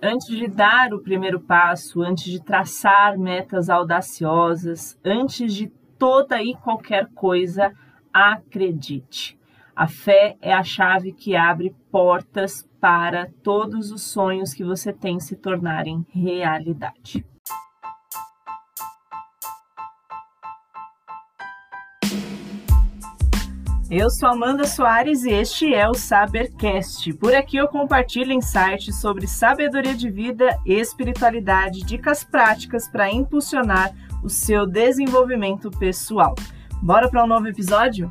Antes de dar o primeiro passo, antes de traçar metas audaciosas, antes de toda e qualquer coisa, acredite. A fé é a chave que abre portas para todos os sonhos que você tem se tornarem realidade. Eu sou Amanda Soares e este é o Sabercast. Por aqui eu compartilho insights sobre sabedoria de vida, espiritualidade, dicas práticas para impulsionar o seu desenvolvimento pessoal. Bora para um novo episódio?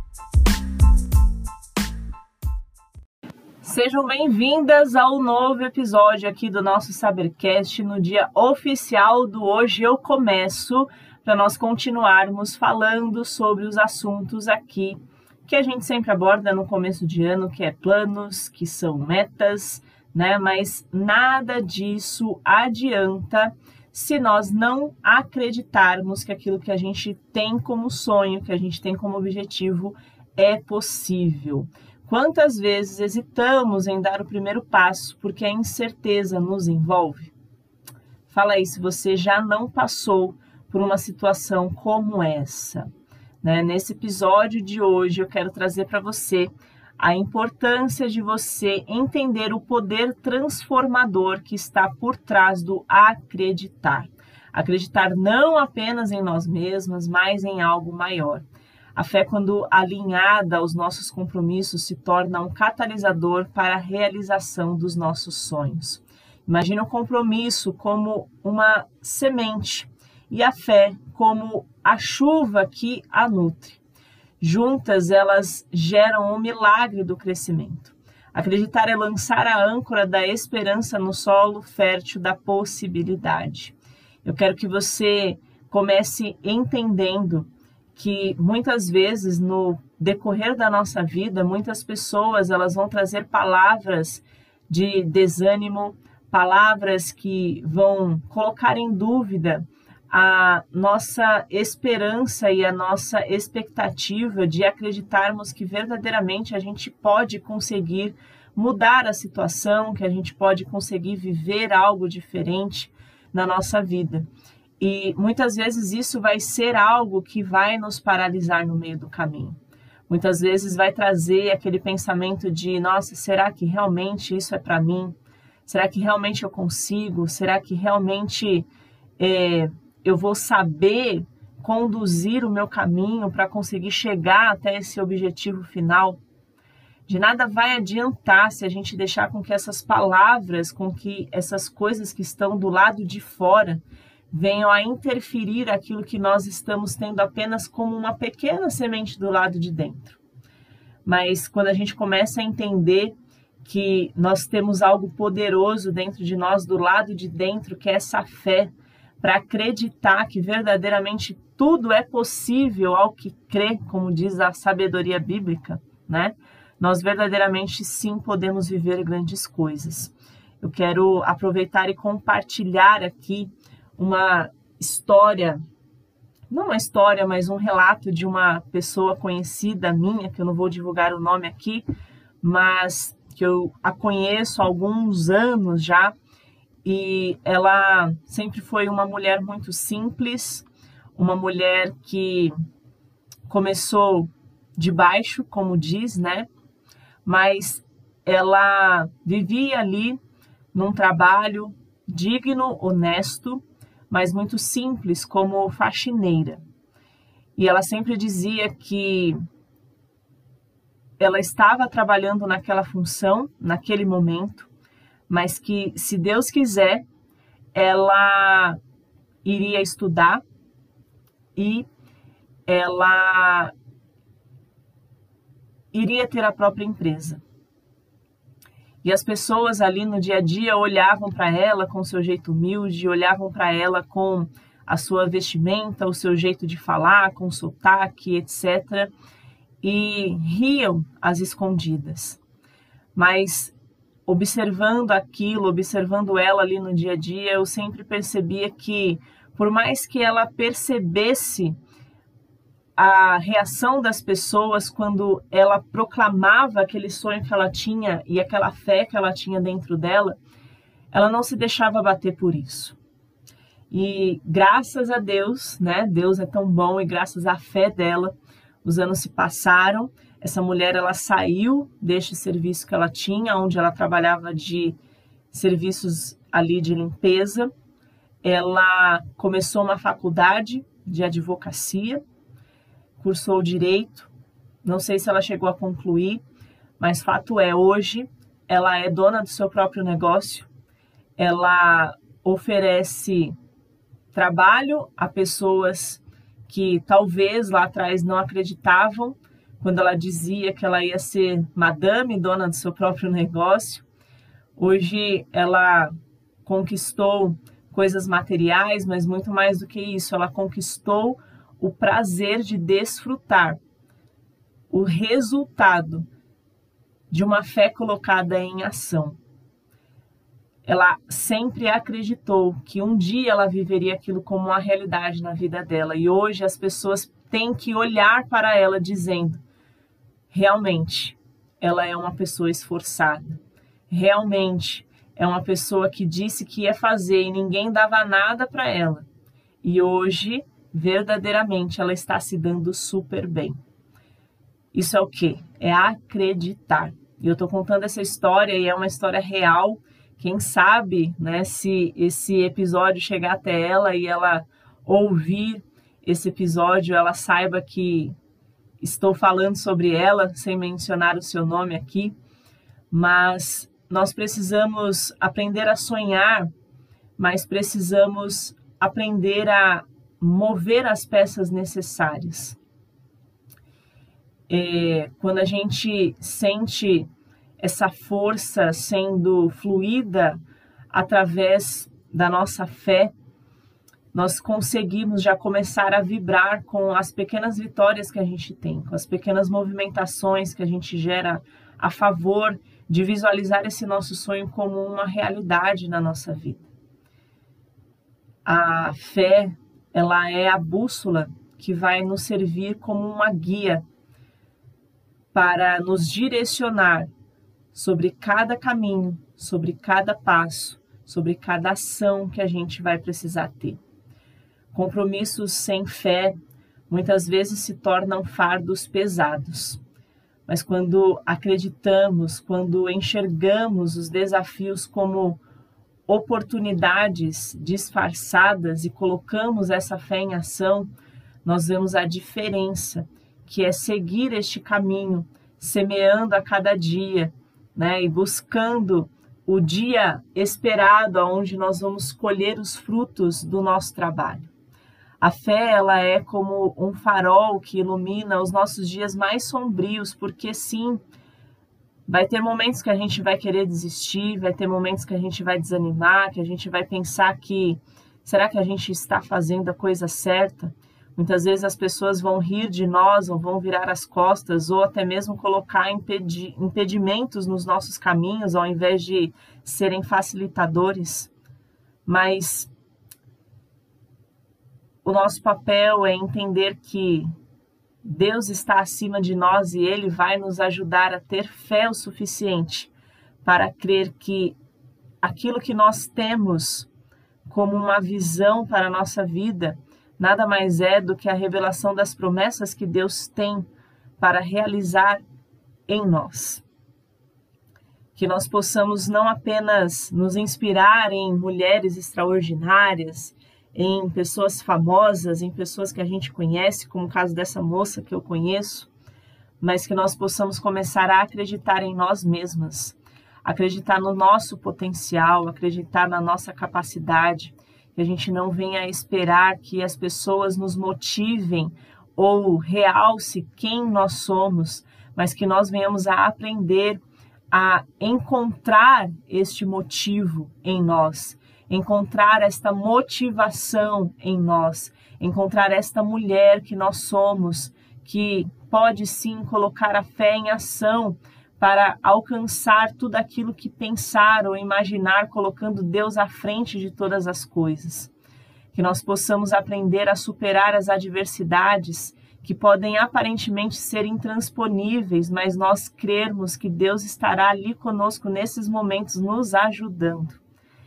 Sejam bem-vindas ao novo episódio aqui do nosso Sabercast no dia oficial do Hoje Eu Começo, para nós continuarmos falando sobre os assuntos aqui que a gente sempre aborda no começo de ano, que é planos, que são metas, né? Mas nada disso adianta se nós não acreditarmos que aquilo que a gente tem como sonho, que a gente tem como objetivo, é possível. Quantas vezes hesitamos em dar o primeiro passo porque a incerteza nos envolve? Fala aí se você já não passou por uma situação como essa. Nesse episódio de hoje eu quero trazer para você a importância de você entender o poder transformador que está por trás do acreditar. Acreditar não apenas em nós mesmos, mas em algo maior. A fé, quando alinhada aos nossos compromissos, se torna um catalisador para a realização dos nossos sonhos. Imagine o compromisso como uma semente e a fé como a chuva que a nutre. Juntas, elas geram o milagre do crescimento. Acreditar é lançar a âncora da esperança no solo fértil da possibilidade. Eu quero que você comece entendendo que muitas vezes no decorrer da nossa vida, muitas pessoas elas vão trazer palavras de desânimo, palavras que vão colocar em dúvida a nossa esperança e a nossa expectativa de acreditarmos que verdadeiramente a gente pode conseguir mudar a situação, que a gente pode conseguir viver algo diferente na nossa vida. E muitas vezes isso vai ser algo que vai nos paralisar no meio do caminho. Muitas vezes vai trazer aquele pensamento de, nossa, será que realmente isso é para mim? Será que realmente eu consigo? Será que realmente eu vou saber conduzir o meu caminho para conseguir chegar até esse objetivo final? De nada vai adiantar se a gente deixar com que essas palavras, com que essas coisas que estão do lado de fora venham a interferir aquilo que nós estamos tendo apenas como uma pequena semente do lado de dentro. Mas quando a gente começa a entender que nós temos algo poderoso dentro de nós, do lado de dentro, que é essa fé, para acreditar que verdadeiramente tudo é possível ao que crê, como diz a sabedoria bíblica, né? Nós verdadeiramente sim podemos viver grandes coisas. Eu quero aproveitar e compartilhar aqui uma história, não uma história, mas um relato de uma pessoa conhecida minha, que eu não vou divulgar o nome aqui, mas que eu a conheço há alguns anos já. E ela sempre foi uma mulher muito simples, uma mulher que começou de baixo, como diz, né? Mas ela vivia ali num trabalho digno, honesto, mas muito simples, como faxineira. E ela sempre dizia que ela estava trabalhando naquela função, naquele momento, mas que, se Deus quiser, ela iria estudar e ela iria ter a própria empresa. E as pessoas ali no dia a dia olhavam para ela com o seu jeito humilde, olhavam para ela com a sua vestimenta, o seu jeito de falar, com sotaque, etc. E riam às escondidas. Mas observando aquilo, observando ela ali no dia a dia, eu sempre percebia que, por mais que ela percebesse a reação das pessoas quando ela proclamava aquele sonho que ela tinha e aquela fé que ela tinha dentro dela, ela não se deixava abater por isso. E graças a Deus, né? Deus é tão bom, e graças à fé dela, os anos se passaram. Essa mulher, ela saiu deste serviço que ela tinha, onde ela trabalhava de serviços ali de limpeza. Ela começou uma faculdade de advocacia, cursou direito. Não sei se ela chegou a concluir, mas fato é, hoje ela é dona do seu próprio negócio. Ela oferece trabalho a pessoas que talvez lá atrás não acreditavam, quando ela dizia que ela ia ser madame, dona do seu próprio negócio. Hoje ela conquistou coisas materiais, mas muito mais do que isso, ela conquistou o prazer de desfrutar o resultado de uma fé colocada em ação. Ela sempre acreditou que um dia ela viveria aquilo como uma realidade na vida dela. E hoje as pessoas têm que olhar para ela dizendo: realmente, ela é uma pessoa esforçada. Realmente, é uma pessoa que disse que ia fazer e ninguém dava nada para ela. E hoje, verdadeiramente, ela está se dando super bem. Isso é o quê? É acreditar. E eu estou contando essa história e é uma história real. Quem sabe, né, se esse episódio chegar até ela e ela ouvir esse episódio, ela saiba que estou falando sobre ela, sem mencionar o seu nome aqui. Mas nós precisamos aprender a sonhar, mas precisamos aprender a mover as peças necessárias. Quando a gente sente essa força sendo fluída através da nossa fé, nós conseguimos já começar a vibrar com as pequenas vitórias que a gente tem, com as pequenas movimentações que a gente gera a favor de visualizar esse nosso sonho como uma realidade na nossa vida. A fé, ela é a bússola que vai nos servir como uma guia para nos direcionar sobre cada caminho, sobre cada passo, sobre cada ação que a gente vai precisar ter. Compromissos sem fé muitas vezes se tornam fardos pesados. Mas quando acreditamos, quando enxergamos os desafios como oportunidades disfarçadas e colocamos essa fé em ação, nós vemos a diferença, que é seguir este caminho, semeando a cada dia, né, e buscando o dia esperado, onde nós vamos colher os frutos do nosso trabalho. A fé, ela é como um farol que ilumina os nossos dias mais sombrios, porque sim, vai ter momentos que a gente vai querer desistir, vai ter momentos que a gente vai desanimar, que a gente vai pensar que, será que a gente está fazendo a coisa certa? Muitas vezes as pessoas vão rir de nós, ou vão virar as costas, ou até mesmo colocar impedimentos nos nossos caminhos, ao invés de serem facilitadores. Mas o nosso papel é entender que Deus está acima de nós e Ele vai nos ajudar a ter fé o suficiente para crer que aquilo que nós temos como uma visão para a nossa vida nada mais é do que a revelação das promessas que Deus tem para realizar em nós. Que nós possamos não apenas nos inspirar em mulheres extraordinárias, em pessoas famosas, em pessoas que a gente conhece, como o caso dessa moça que eu conheço, mas que nós possamos começar a acreditar em nós mesmas, acreditar no nosso potencial, acreditar na nossa capacidade, que a gente não venha a esperar que as pessoas nos motivem ou realce quem nós somos, mas que nós venhamos a aprender a encontrar este motivo em nós, encontrar esta motivação em nós, encontrar esta mulher que nós somos, que pode sim colocar a fé em ação para alcançar tudo aquilo que pensar ou imaginar, colocando Deus à frente de todas as coisas. Que nós possamos aprender a superar as adversidades que podem aparentemente ser intransponíveis, mas nós crermos que Deus estará ali conosco nesses momentos, nos ajudando.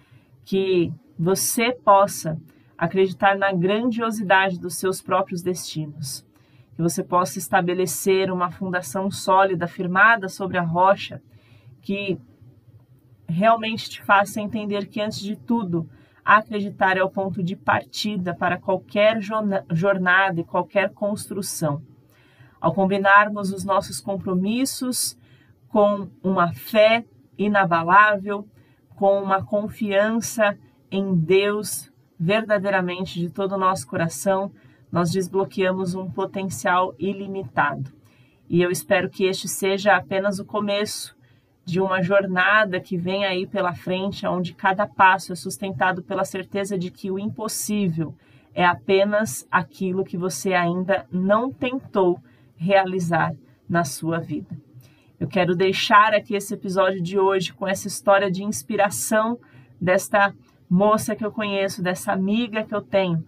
que você possa acreditar na grandiosidade dos seus próprios destinos, que você possa estabelecer uma fundação sólida, firmada sobre a rocha, que realmente te faça entender que, antes de tudo, acreditar é o ponto de partida para qualquer jornada e qualquer construção. Ao combinarmos os nossos compromissos com uma fé inabalável, com uma confiança em Deus verdadeiramente de todo o nosso coração, nós desbloqueamos um potencial ilimitado. E eu espero que este seja apenas o começo de uma jornada que vem aí pela frente, onde cada passo é sustentado pela certeza de que o impossível é apenas aquilo que você ainda não tentou realizar na sua vida. Eu quero deixar aqui esse episódio de hoje com essa história de inspiração desta moça que eu conheço, dessa amiga que eu tenho,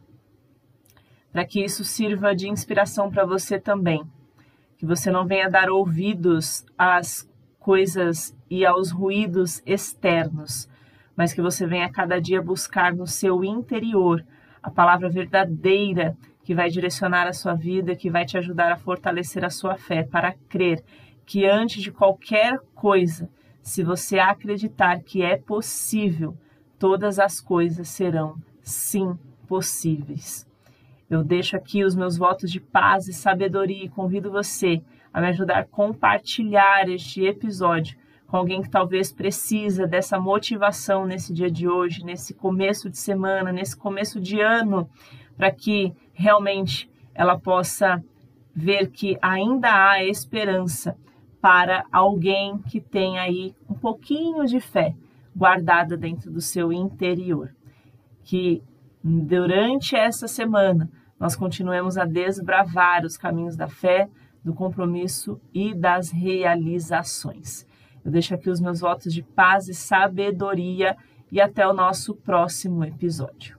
para que isso sirva de inspiração para você também. Que você não venha dar ouvidos às coisas e aos ruídos externos, mas que você venha cada dia buscar no seu interior a palavra verdadeira que vai direcionar a sua vida, que vai te ajudar a fortalecer a sua fé, para crer que antes de qualquer coisa, se você acreditar que é possível, todas as coisas serão sim possíveis. Eu deixo aqui os meus votos de paz e sabedoria e convido você a me ajudar a compartilhar este episódio com alguém que talvez precisa dessa motivação nesse dia de hoje, nesse começo de semana, nesse começo de ano, para que realmente ela possa ver que ainda há esperança para alguém que tem aí um pouquinho de fé guardada dentro do seu interior. Que durante essa semana nós continuemos a desbravar os caminhos da fé, do compromisso e das realizações. Eu deixo aqui os meus votos de paz e sabedoria e até o nosso próximo episódio.